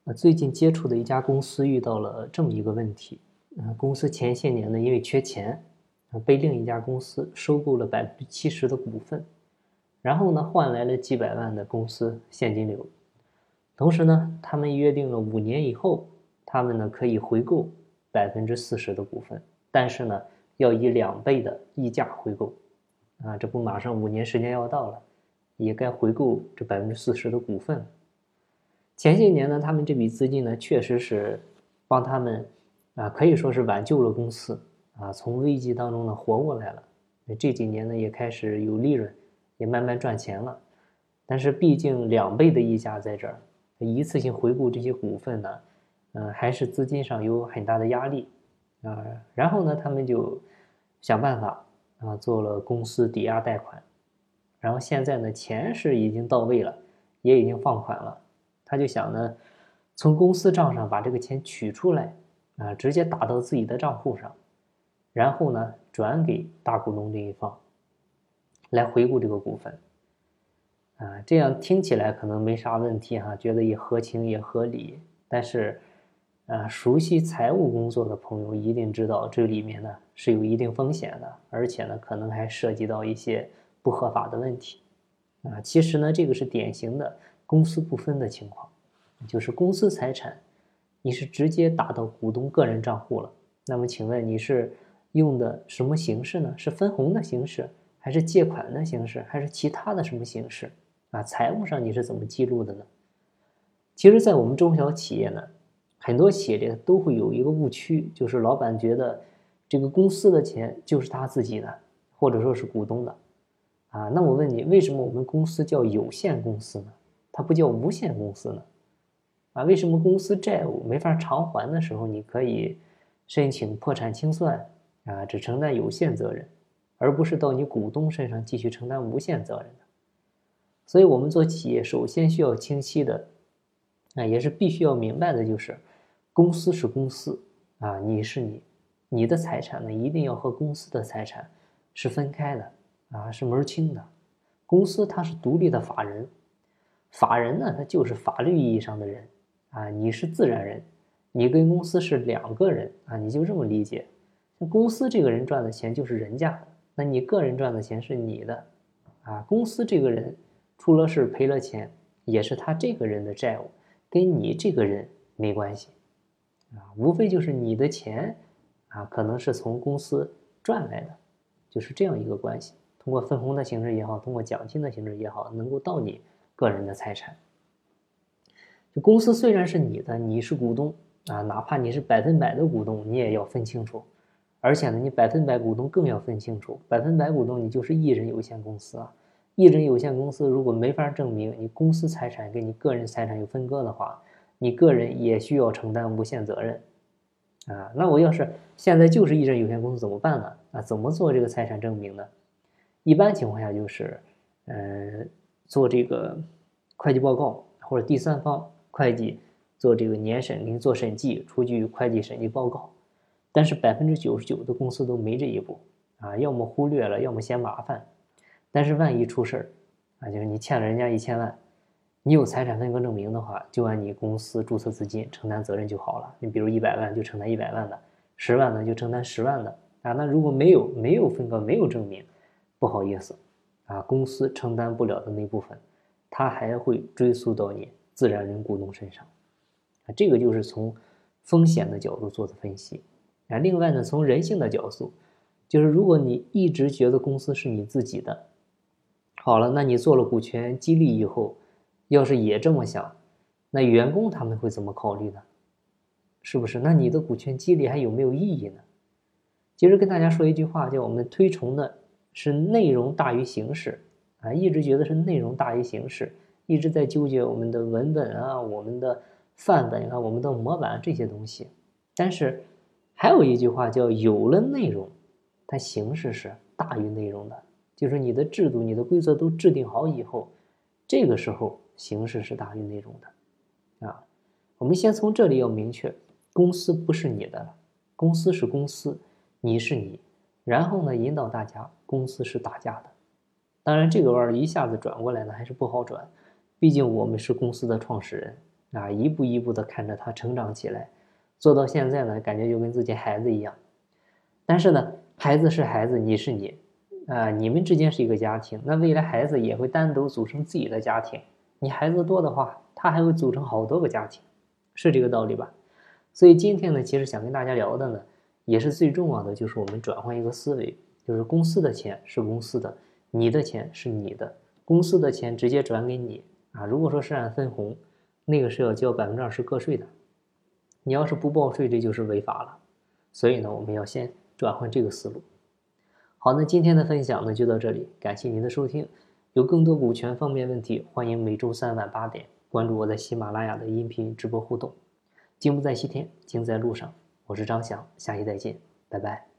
最近接触的一家公司遇到了这么一个问题，公司前些年呢因为缺钱，被另一家公司收购了70%的股份，然后呢换来了几百万的公司现金流，同时呢他们约定了5年以后，他们呢可以回购40%的股份，但是呢要以2倍的溢价回购，这不马上5年时间要到了，也该回购这40%的股份了。前些年呢，他们这笔资金呢，确实是帮他们可以说是挽救了公司从危机当中呢活过来了。这几年呢也开始有利润，也慢慢赚钱了。但是毕竟2倍的溢价在这儿，一次性回顾这些股份呢，还是资金上有很大的压力然后呢，他们就想办法做了公司抵押贷款，然后现在呢钱是已经到位了，也已经放款了。他就想呢，从公司账上把这个钱取出来直接打到自己的账户上，然后呢转给大股东这一方来回顾这个股份这样听起来可能没啥问题觉得也合情也合理，但是熟悉财务工作的朋友一定知道这里面呢是有一定风险的，而且呢可能还涉及到一些不合法的问题其实呢这个是典型的公私不分的情况，就是公司财产你是直接打到股东个人账户了，那么请问你是用的什么形式呢？是分红的形式，还是借款的形式，还是其他的什么形式财务上你是怎么记录的呢？其实在我们中小企业呢，很多企业都会有一个误区，就是老板觉得这个公司的钱就是他自己的，或者说是股东的那我问你，为什么我们公司叫有限公司呢？它不叫无限公司呢？为什么公司债务没法偿还的时候，你可以申请破产清算只承担有限责任，而不是到你股东身上继续承担无限责任的？所以我们做企业首先需要清晰的也是必须要明白的就是公司是公司你是你的财产呢一定要和公司的财产是分开的是门清的。公司它是独立的法人，法人呢他就是法律意义上的人你是自然人，你跟公司是2个人你就这么理解。公司这个人赚的钱就是人家的，那你个人赚的钱是你的公司这个人出了事赔了钱，也是他这个人的债务，跟你这个人没关系无非就是你的钱可能是从公司赚来的，就是这样一个关系。通过分红的形式也好，通过奖金的形式也好，能够到你个人的财产。就公司虽然是你的，你是股东哪怕你是100%的股东，你也要分清楚。而且呢，你100%股东更要分清楚，100%股东你就是一人有限公司一人有限公司如果没法证明你公司财产跟你个人财产有分割的话，你个人也需要承担无限责任那我要是现在就是一人有限公司怎么办呢？怎么做这个财产证明呢？一般情况下就是做这个会计报告，或者第三方会计做这个年审给你做审计，出具会计审计报告。但是99%的公司都没这一步要么忽略了，要么嫌麻烦。但是万一出事就是你欠了人家1000万，你有财产分割证明的话，就按你公司注册资金承担责任就好了。你比如100万就承担100万的，10万呢就承担10万的那如果没有分割，没有证明，不好意思公司承担不了的那部分，它还会追溯到你自然人股东身上这个就是从风险的角度做的分析另外呢，从人性的角度，就是如果你一直觉得公司是你自己的，好了，那你做了股权激励以后，要是也这么想，那员工他们会怎么考虑呢？是不是？那你的股权激励还有没有意义呢？其实跟大家说一句话，叫我们推崇的是内容大于形式一直觉得是内容大于形式，一直在纠结我们的文本我们的范本我们的模板这些东西。但是还有一句话叫有了内容，它形式是大于内容的，就是你的制度你的规则都制定好以后，这个时候形式是大于内容的我们先从这里要明确，公司不是你的了，公司是公司，你是你，然后呢引导大家公司是大家的。当然这个弯一下子转过来呢还是不好转，毕竟我们是公司的创始人啊，一步一步的看着他成长起来，做到现在呢，感觉就跟自己孩子一样。但是呢，孩子是孩子，你是你，你们之间是一个家庭，那未来孩子也会单独组成自己的家庭。你孩子多的话，他还会组成好多个家庭，是这个道理吧？所以今天呢，其实想跟大家聊的呢，也是最重要的，就是我们转换一个思维，就是公司的钱是公司的，你的钱是你的，公司的钱直接转给你啊。如果说是按分红，那个是要交20%个税的，你要是不报税，这就是违法了。所以呢，我们要先转换这个思路。好，那今天的分享呢就到这里，感谢您的收听。有更多股权方面问题，欢迎每周3晚8点关注我在喜马拉雅的音频直播互动。金不在西天，金在路上。我是张翔，下期再见，拜拜。